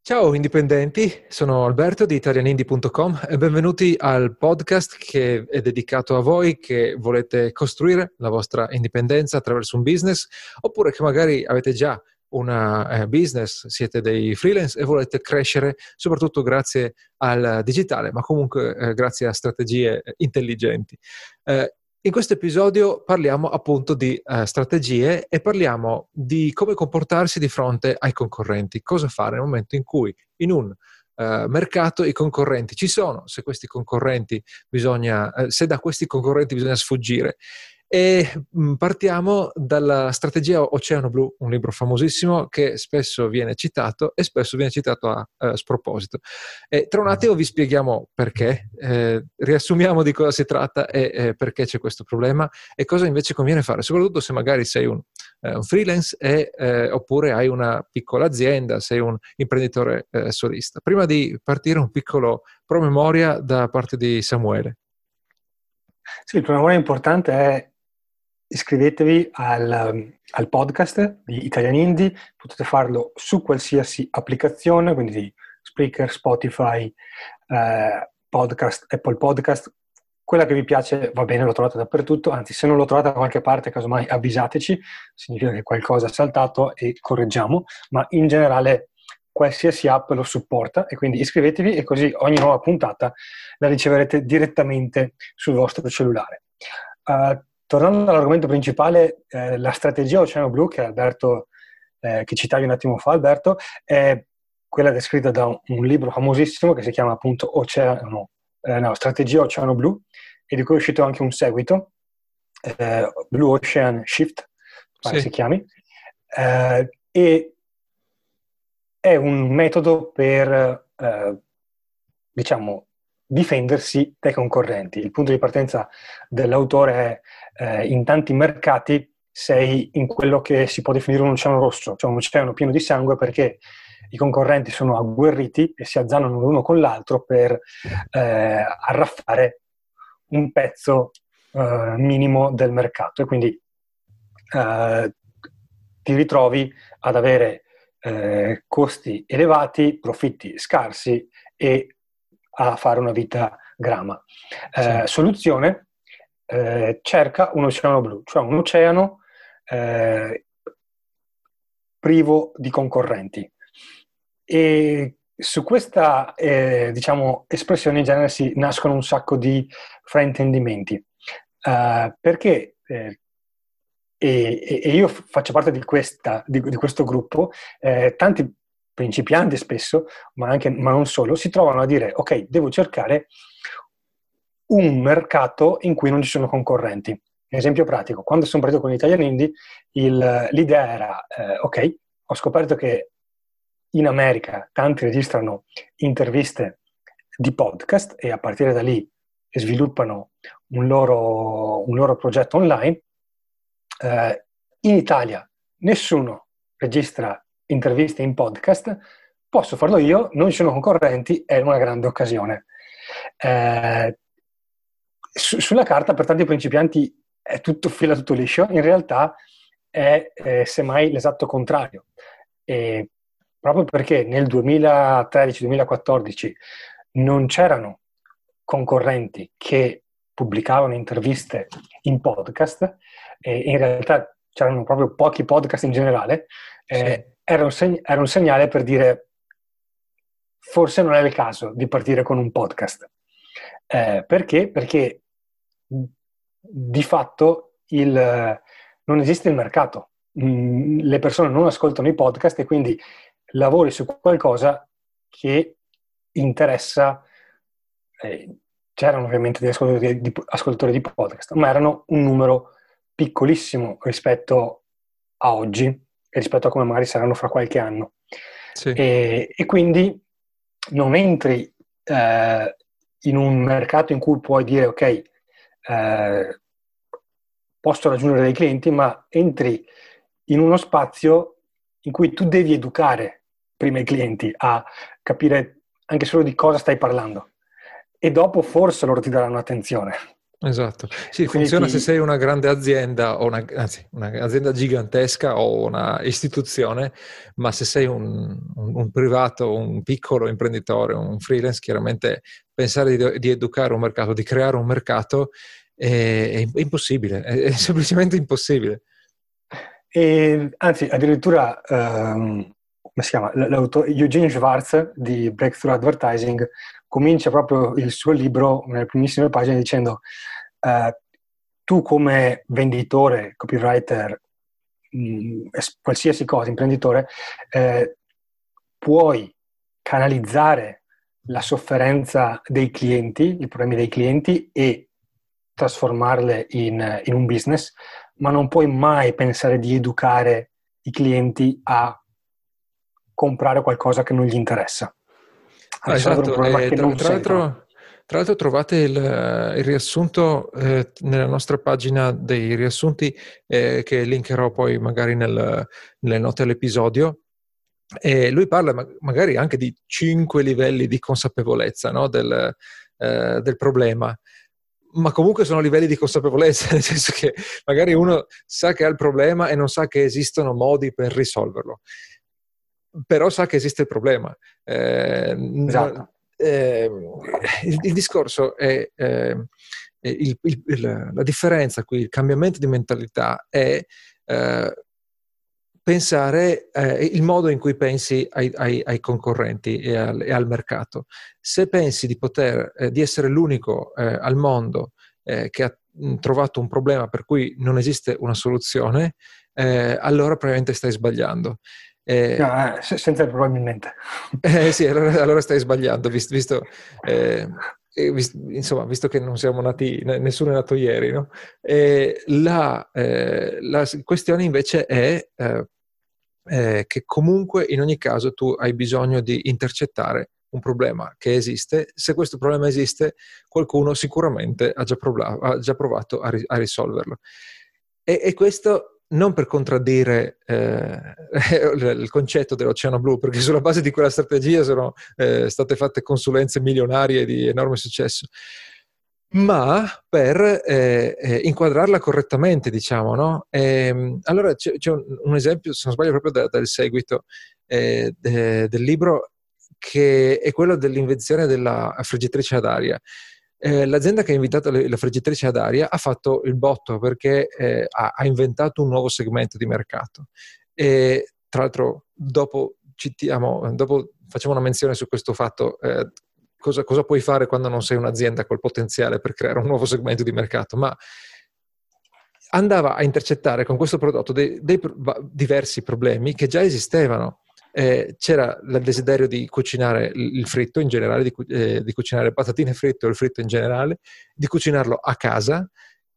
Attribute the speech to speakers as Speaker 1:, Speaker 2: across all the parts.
Speaker 1: Ciao indipendenti, sono Alberto di italianindie.com e benvenuti al podcast che è dedicato a voi che volete costruire la vostra indipendenza attraverso un business, oppure che magari avete già una business, siete dei freelance e volete crescere soprattutto grazie al digitale, ma comunque grazie a strategie intelligenti. In questo episodio parliamo appunto di strategie e parliamo di come comportarsi di fronte ai concorrenti, cosa fare nel momento in cui in un mercato i concorrenti ci sono, se se da questi concorrenti bisogna sfuggire. E partiamo dalla strategia Oceano Blu, un libro famosissimo che spesso viene citato e spesso viene citato a sproposito. E tra un attimo vi spieghiamo perché, riassumiamo di cosa si tratta e perché c'è questo problema e cosa invece conviene fare, soprattutto se magari sei un freelance oppure hai una piccola azienda, sei un imprenditore solista. Prima di partire un piccolo promemoria da parte di Samuele.
Speaker 2: Sì, il promemoria importante è iscrivetevi al podcast di Italian Indie, potete farlo su qualsiasi applicazione, quindi di Spreaker, Spotify, Podcast, Apple Podcast, quella che vi piace va bene, lo trovate dappertutto, anzi se non lo trovate da qualche parte casomai avvisateci, significa che qualcosa è saltato e correggiamo, ma in generale qualsiasi app lo supporta e quindi iscrivetevi e così ogni nuova puntata la riceverete direttamente sul vostro cellulare. Tornando all'argomento principale, la strategia Oceano Blu, che Alberto, che citavi un attimo fa, Alberto, è quella descritta da un libro famosissimo che si chiama appunto Strategia Oceano Blu, e di cui è uscito anche un seguito, Blue Ocean Shift, pare si chiami, e è un metodo per, diciamo, difendersi dai concorrenti. Il punto di partenza dell'autore è in tanti mercati sei in quello che si può definire un oceano rosso, cioè un oceano pieno di sangue perché i concorrenti sono agguerriti e si azzannano l'uno con l'altro per arraffare un pezzo minimo del mercato e quindi ti ritrovi ad avere costi elevati, profitti scarsi e a fare una vita grama. Soluzione, cerca un oceano blu, cioè un oceano privo di concorrenti. E su questa espressione in genere si nascono un sacco di fraintendimenti, perché e io faccio parte di questo gruppo, tanti principianti spesso, ma non solo, si trovano a dire ok, devo cercare un mercato in cui non ci sono concorrenti. Esempio pratico, quando sono partito con Italian Indie, l'idea era ok, ho scoperto che in America tanti registrano interviste di podcast e a partire da lì sviluppano un loro progetto online. In Italia nessuno registra interviste in podcast, posso farlo io, non ci sono concorrenti, è una grande occasione. Sulla carta per tanti principianti è tutto fila, tutto liscio, in realtà è semmai l'esatto contrario. E proprio perché nel 2013-2014 non c'erano concorrenti che pubblicavano interviste in podcast, e in realtà c'erano proprio pochi podcast in generale, era un segnale per dire forse non è il caso di partire con un podcast. Perché? Perché di fatto non esiste il mercato. Le persone non ascoltano i podcast e quindi lavori su qualcosa che interessa. C'erano ovviamente degli ascoltatori di podcast, ma erano un numero piccolissimo rispetto a oggi e rispetto a come magari saranno fra qualche anno.
Speaker 1: Sì.
Speaker 2: E quindi non entri in un mercato in cui puoi dire ok, posso raggiungere dei clienti, ma entri in uno spazio in cui tu devi educare prima i clienti a capire anche solo di cosa stai parlando e dopo forse loro ti daranno attenzione.
Speaker 1: Esatto, sì,
Speaker 2: Quindi
Speaker 1: funziona se sei una grande azienda, o anzi, un'azienda gigantesca o una istituzione, ma se sei un privato, un piccolo imprenditore, un freelance, chiaramente pensare di educare un mercato, di creare un mercato è impossibile, è semplicemente impossibile.
Speaker 2: E, anzi, addirittura, come si chiama? Eugene Schwartz di Breakthrough Advertising comincia proprio il suo libro nelle primissime pagine dicendo tu come venditore, copywriter, qualsiasi cosa, imprenditore, puoi canalizzare la sofferenza dei clienti, i problemi dei clienti e trasformarle in un business, ma non puoi mai pensare di educare i clienti a comprare qualcosa che non gli interessa, a
Speaker 1: No,
Speaker 2: risolvere un
Speaker 1: esatto,
Speaker 2: problema
Speaker 1: e
Speaker 2: che non sentono.
Speaker 1: tra l'altro trovate il riassunto nella nostra pagina dei riassunti che linkerò poi magari nelle note all'episodio. E lui parla magari anche di 5 livelli di consapevolezza, no, del problema, ma comunque sono livelli di consapevolezza, nel senso che magari uno sa che ha il problema e non sa che esistono modi per risolverlo, però sa che esiste il problema.
Speaker 2: Esatto.
Speaker 1: Il discorso è la differenza qui, il cambiamento di mentalità è pensare il modo in cui pensi ai concorrenti e al mercato. Se pensi di essere l'unico al mondo che ha trovato un problema per cui non esiste una soluzione, allora probabilmente stai sbagliando.
Speaker 2: No, senza probabilmente.
Speaker 1: Sì, allora stai sbagliando, insomma, visto che non siamo nati, nessuno è nato ieri, no? La questione invece è che comunque in ogni caso tu hai bisogno di intercettare un problema che esiste. Se questo problema esiste, qualcuno sicuramente ha già provato a risolverlo. E questo non per contraddire il concetto dell'Oceano Blu, perché sulla base di quella strategia sono state fatte consulenze milionarie di enorme successo, ma per inquadrarla correttamente, diciamo, no? Allora c'è un esempio, se non sbaglio, proprio dal seguito del libro, che è quello dell'invenzione della friggitrice ad aria. L'azienda che ha inventato la friggitrice ad aria ha fatto il botto perché ha inventato un nuovo segmento di mercato. E tra l'altro, dopo facciamo una menzione su questo fatto. Cosa puoi fare quando non sei un'azienda col potenziale per creare un nuovo segmento di mercato? Ma andava a intercettare con questo prodotto diversi problemi che già esistevano. C'era il desiderio di cucinare il fritto in generale, di cucinare patatine fritte o il fritto in generale, di cucinarlo a casa,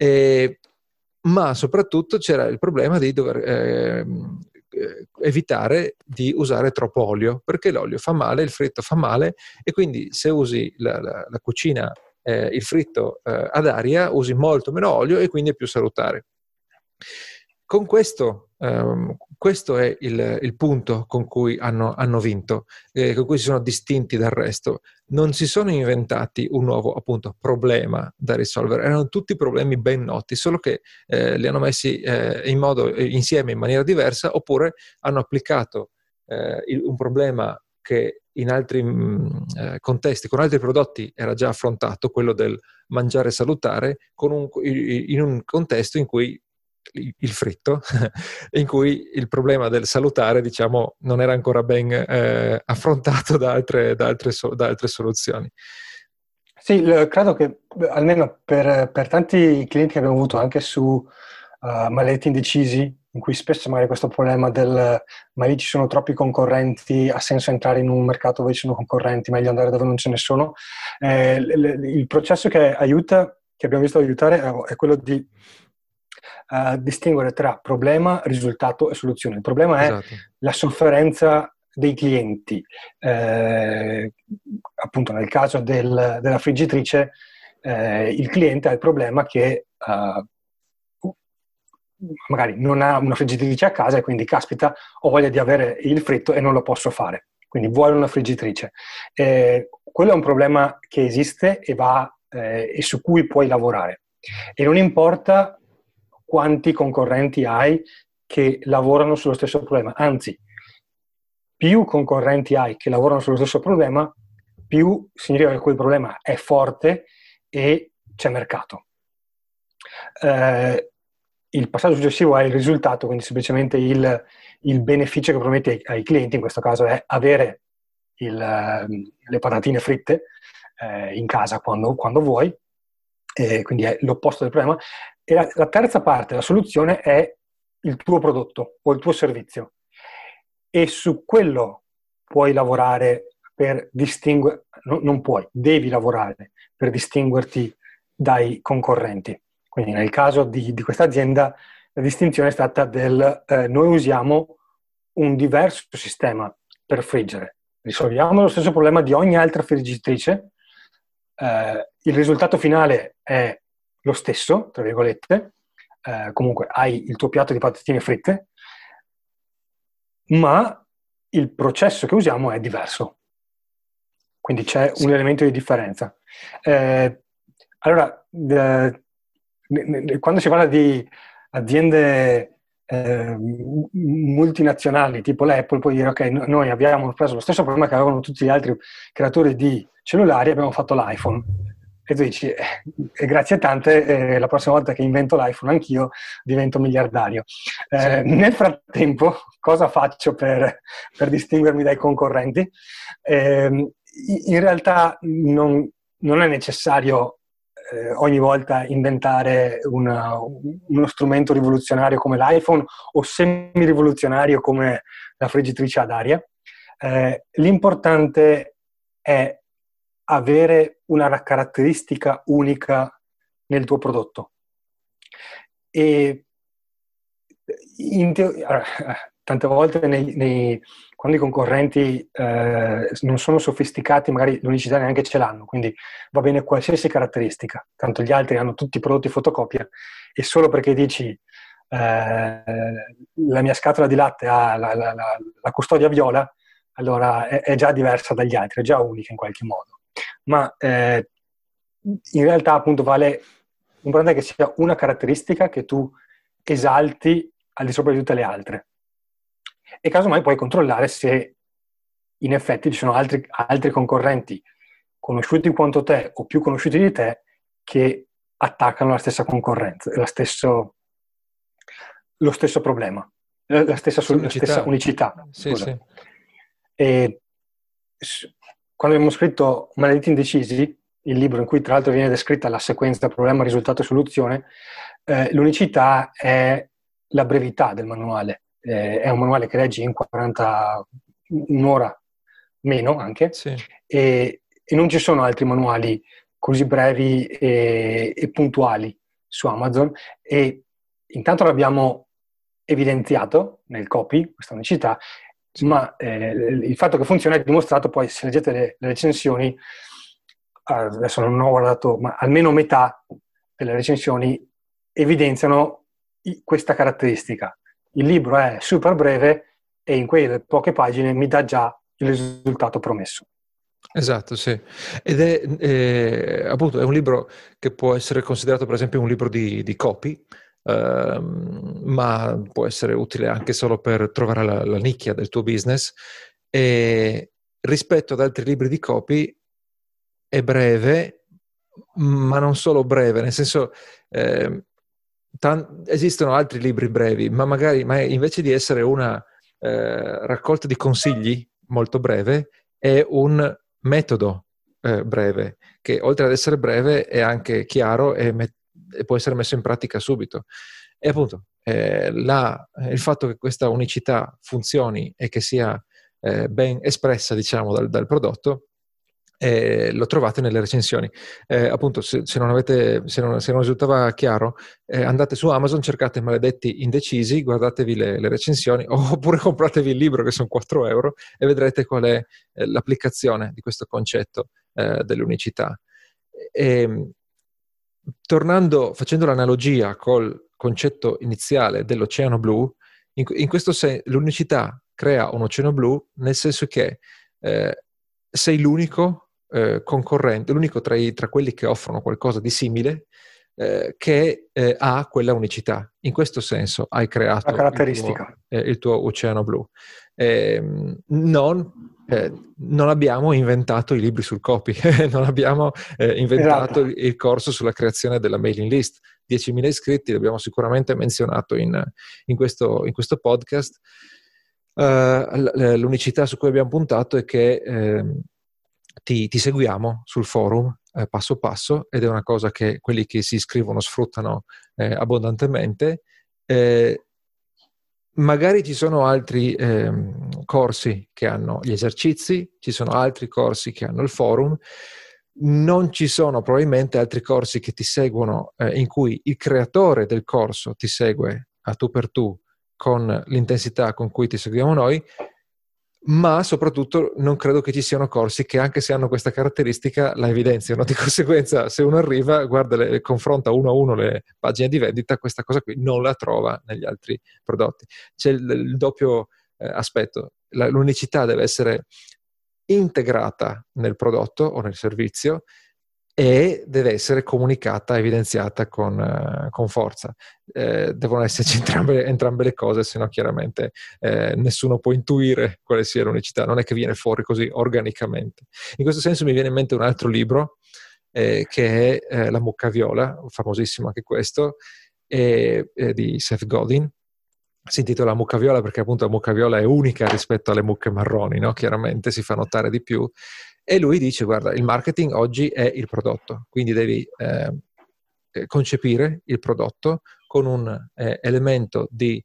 Speaker 1: ma soprattutto c'era il problema di dover evitare di usare troppo olio, perché l'olio fa male, il fritto fa male, e quindi se usi la cucina, il fritto ad aria, usi molto meno olio e quindi è più salutare. Con questo è il punto con cui hanno vinto, con cui si sono distinti dal resto. Non si sono inventati un nuovo, appunto, problema da risolvere, erano tutti problemi ben noti, solo che li hanno messi insieme in maniera diversa, oppure hanno applicato un problema che in altri contesti, con altri prodotti era già affrontato, quello del mangiare salutare, in un contesto in cui il fritto, in cui il problema del salutare, diciamo, non era ancora ben affrontato da altre soluzioni.
Speaker 2: Sì, credo che almeno per tanti clienti che abbiamo avuto anche su maledetti indecisi, in cui spesso magari questo problema ma lì ci sono troppi concorrenti, ha senso entrare in un mercato dove ci sono concorrenti, meglio andare dove non ce ne sono. Il processo che abbiamo visto aiutare è quello di distinguere tra problema, risultato e soluzione. Il problema è
Speaker 1: Esatto.
Speaker 2: la sofferenza dei clienti. Appunto nel caso della friggitrice, il cliente ha il problema che magari non ha una friggitrice a casa e quindi caspita, ho voglia di avere il fritto e non lo posso fare, quindi vuole una friggitrice. Quello è un problema che esiste e su cui puoi lavorare. E non importa quanti concorrenti hai che lavorano sullo stesso problema, anzi, più concorrenti hai che lavorano sullo stesso problema, più significa che quel problema è forte e c'è mercato. Il passaggio successivo è il risultato, quindi semplicemente il beneficio che promette ai clienti, in questo caso è avere le patatine fritte in casa quando vuoi, quindi è l'opposto del problema. E la terza parte, la soluzione, è il tuo prodotto o il tuo servizio. E su quello puoi lavorare per distinguere, non puoi, devi lavorare per distinguerti dai concorrenti. Quindi nel caso di questa azienda la distinzione è stata noi usiamo un diverso sistema per friggere. Risolviamo lo stesso problema di ogni altra friggitrice. Il risultato finale è lo stesso, tra virgolette. Comunque hai il tuo piatto di patatine fritte, ma il processo che usiamo è diverso. Quindi c'è un elemento di differenza. Allora, quando si parla di aziende multinazionali tipo l'Apple, puoi dire ok, noi abbiamo preso lo stesso problema che avevano tutti gli altri creatori di cellulari e abbiamo fatto l'iPhone. E tu dici, grazie tante, la prossima volta che invento l'iPhone anch'io divento miliardario.
Speaker 1: Sì.
Speaker 2: Nel frattempo, cosa faccio per distinguermi dai concorrenti? In realtà non è necessario ogni volta inventare uno strumento rivoluzionario come l'iPhone o semi-rivoluzionario come la friggitrice ad aria. L'importante è avere una caratteristica unica nel tuo prodotto. E tante volte quando i concorrenti non sono sofisticati, magari l'unicità neanche ce l'hanno, quindi va bene qualsiasi caratteristica, tanto gli altri hanno tutti i prodotti fotocopier e solo perché dici la mia scatola di latte ha la custodia viola, allora è già diversa dagli altri, è già unica in qualche modo. Ma in realtà appunto l'importante è che sia una caratteristica che tu esalti al di sopra di tutte le altre. E casomai puoi controllare se in effetti ci sono altri concorrenti conosciuti quanto te o più conosciuti di te che attaccano la stessa concorrenza, lo stesso problema, la stessa unicità.
Speaker 1: Sì, sì.
Speaker 2: E quando abbiamo scritto Maledetti Indecisi, il libro in cui tra l'altro viene descritta la sequenza problema, risultato e soluzione, l'unicità è la brevità del manuale. È un manuale che leggi in un'ora meno anche,
Speaker 1: sì.
Speaker 2: E non ci sono altri manuali così brevi e puntuali su Amazon, e intanto l'abbiamo evidenziato nel copy, questa unicità, sì. Ma il fatto che funziona è dimostrato poi, se leggete le recensioni, adesso non ho guardato, ma almeno metà delle recensioni evidenziano questa caratteristica. Il libro è super breve e in quelle poche pagine mi dà già il risultato promesso.
Speaker 1: Esatto, sì. Ed è appunto è un libro che può essere considerato per esempio un libro di copy, ma può essere utile anche solo per trovare la nicchia del tuo business, e rispetto ad altri libri di copy è breve, ma non solo breve, nel senso esistono altri libri brevi, ma magari invece di essere una raccolta di consigli molto breve, è un metodo breve, che oltre ad essere breve è anche chiaro e può essere messo in pratica subito. E appunto il fatto che questa unicità funzioni e che sia ben espressa, diciamo, dal prodotto, lo trovate nelle recensioni. Appunto, se non risultava chiaro, andate su Amazon, cercate Maledetti Indecisi, guardatevi le recensioni, oppure compratevi il libro che sono 4 euro e vedrete qual è l'applicazione di questo concetto dell'unicità. Facendo l'analogia col concetto iniziale dell'oceano blu, in questo senso l'unicità crea un oceano blu, nel senso che sei l'unico concorrente, l'unico tra quelli che offrono qualcosa di simile, che ha quella unicità. In questo senso hai creato
Speaker 2: la caratteristica.
Speaker 1: Il tuo oceano blu. Non abbiamo inventato i libri sul copy, non abbiamo inventato
Speaker 2: Esatto.
Speaker 1: il corso sulla creazione della mailing list. 10.000 iscritti, l'abbiamo sicuramente menzionato in questo podcast. L'unicità su cui abbiamo puntato è che ti seguiamo sul forum passo passo, ed è una cosa che quelli che si iscrivono sfruttano abbondantemente. Magari ci sono altri corsi che hanno gli esercizi, ci sono altri corsi che hanno il forum, non ci sono probabilmente altri corsi che ti seguono in cui il creatore del corso ti segue a tu per tu con l'intensità con cui ti seguiamo noi, ma soprattutto non credo che ci siano corsi che, anche se hanno questa caratteristica, la evidenziano. Di conseguenza, se uno arriva, guarda, confronta uno a uno le pagine di vendita, questa cosa qui non la trova negli altri prodotti. C'è il doppio aspetto. L'unicità deve essere integrata nel prodotto o nel servizio e deve essere comunicata, evidenziata con forza. Devono esserci entrambe le cose, se no chiaramente nessuno può intuire quale sia l'unicità, non è che viene fuori così organicamente. In questo senso mi viene in mente un altro libro che è La mucca viola, famosissimo anche questo, di Seth Godin. Si intitola Mucca viola perché appunto la mucca viola è unica rispetto alle mucche marroni, no? Chiaramente si fa notare di più. E lui dice, guarda, il marketing oggi è il prodotto, quindi devi concepire il prodotto con un elemento di...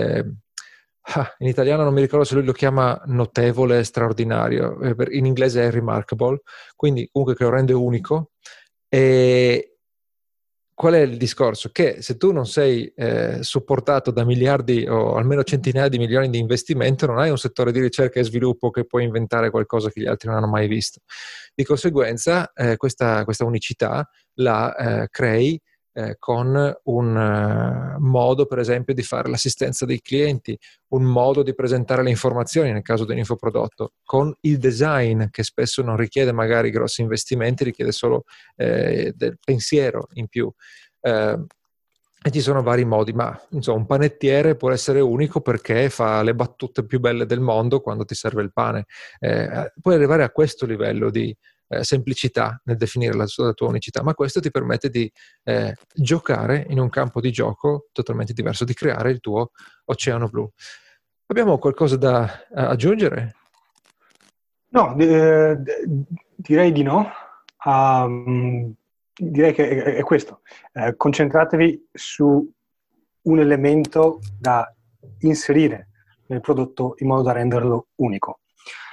Speaker 1: in italiano non mi ricordo se lui lo chiama notevole, straordinario, in inglese è remarkable, quindi comunque che lo rende unico. E qual è il discorso? Che se tu non sei supportato da miliardi o almeno centinaia di milioni di investimento, non hai un settore di ricerca e sviluppo che puoi inventare qualcosa che gli altri non hanno mai visto. Di conseguenza, questa unicità la crei con un modo, per esempio, di fare l'assistenza dei clienti, un modo di presentare le informazioni nel caso di un infoprodotto, con il design che spesso non richiede magari grossi investimenti, richiede solo del pensiero in più. E ci sono vari modi, ma insomma, un panettiere può essere unico perché fa le battute più belle del mondo quando ti serve il pane. Puoi arrivare a questo livello di semplicità nel definire la tua unicità, ma questo ti permette di giocare in un campo di gioco totalmente diverso, di creare il tuo oceano blu. Abbiamo qualcosa da aggiungere?
Speaker 2: No, direi di no. Direi che è questo. Concentratevi su un elemento da inserire nel prodotto in modo da renderlo unico.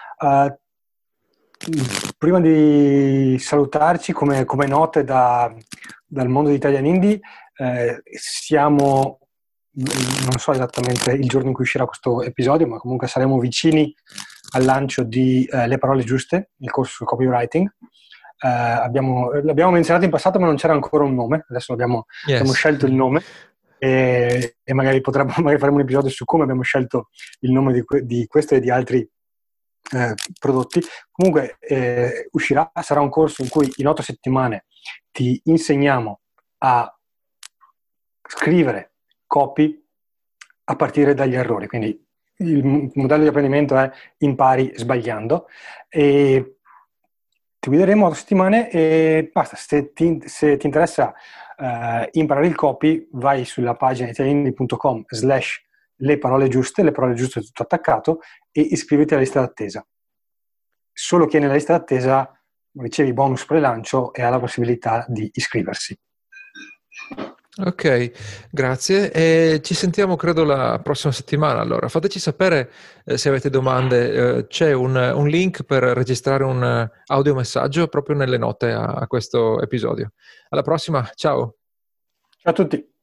Speaker 2: Prima di salutarci, come note dal mondo di Italian Indie, siamo, non so esattamente il giorno in cui uscirà questo episodio, ma comunque saremo vicini al lancio di Le parole giuste, il corso sul copywriting. L'abbiamo menzionato in passato, ma non c'era ancora un nome. Adesso abbiamo scelto il nome e magari faremo un episodio su come abbiamo scelto il nome di questo e di altri prodotti. Comunque uscirà, sarà un corso in cui in 8 settimane ti insegniamo a scrivere copy a partire dagli errori. Quindi il modello di apprendimento è impari sbagliando, e ti guideremo 8 settimane e basta. Se ti interessa imparare il copy, vai sulla pagina italianindie.com/le parole giuste tutto attaccato, e iscriviti alla lista d'attesa. Solo chi è nella lista d'attesa ricevi bonus pre-lancio e ha la possibilità di iscriversi.
Speaker 1: Ok, grazie. E ci sentiamo credo la prossima settimana. Allora, fateci sapere se avete domande. C'è un link per registrare un audiomessaggio proprio nelle note a questo episodio. Alla prossima, ciao.
Speaker 2: Ciao a tutti.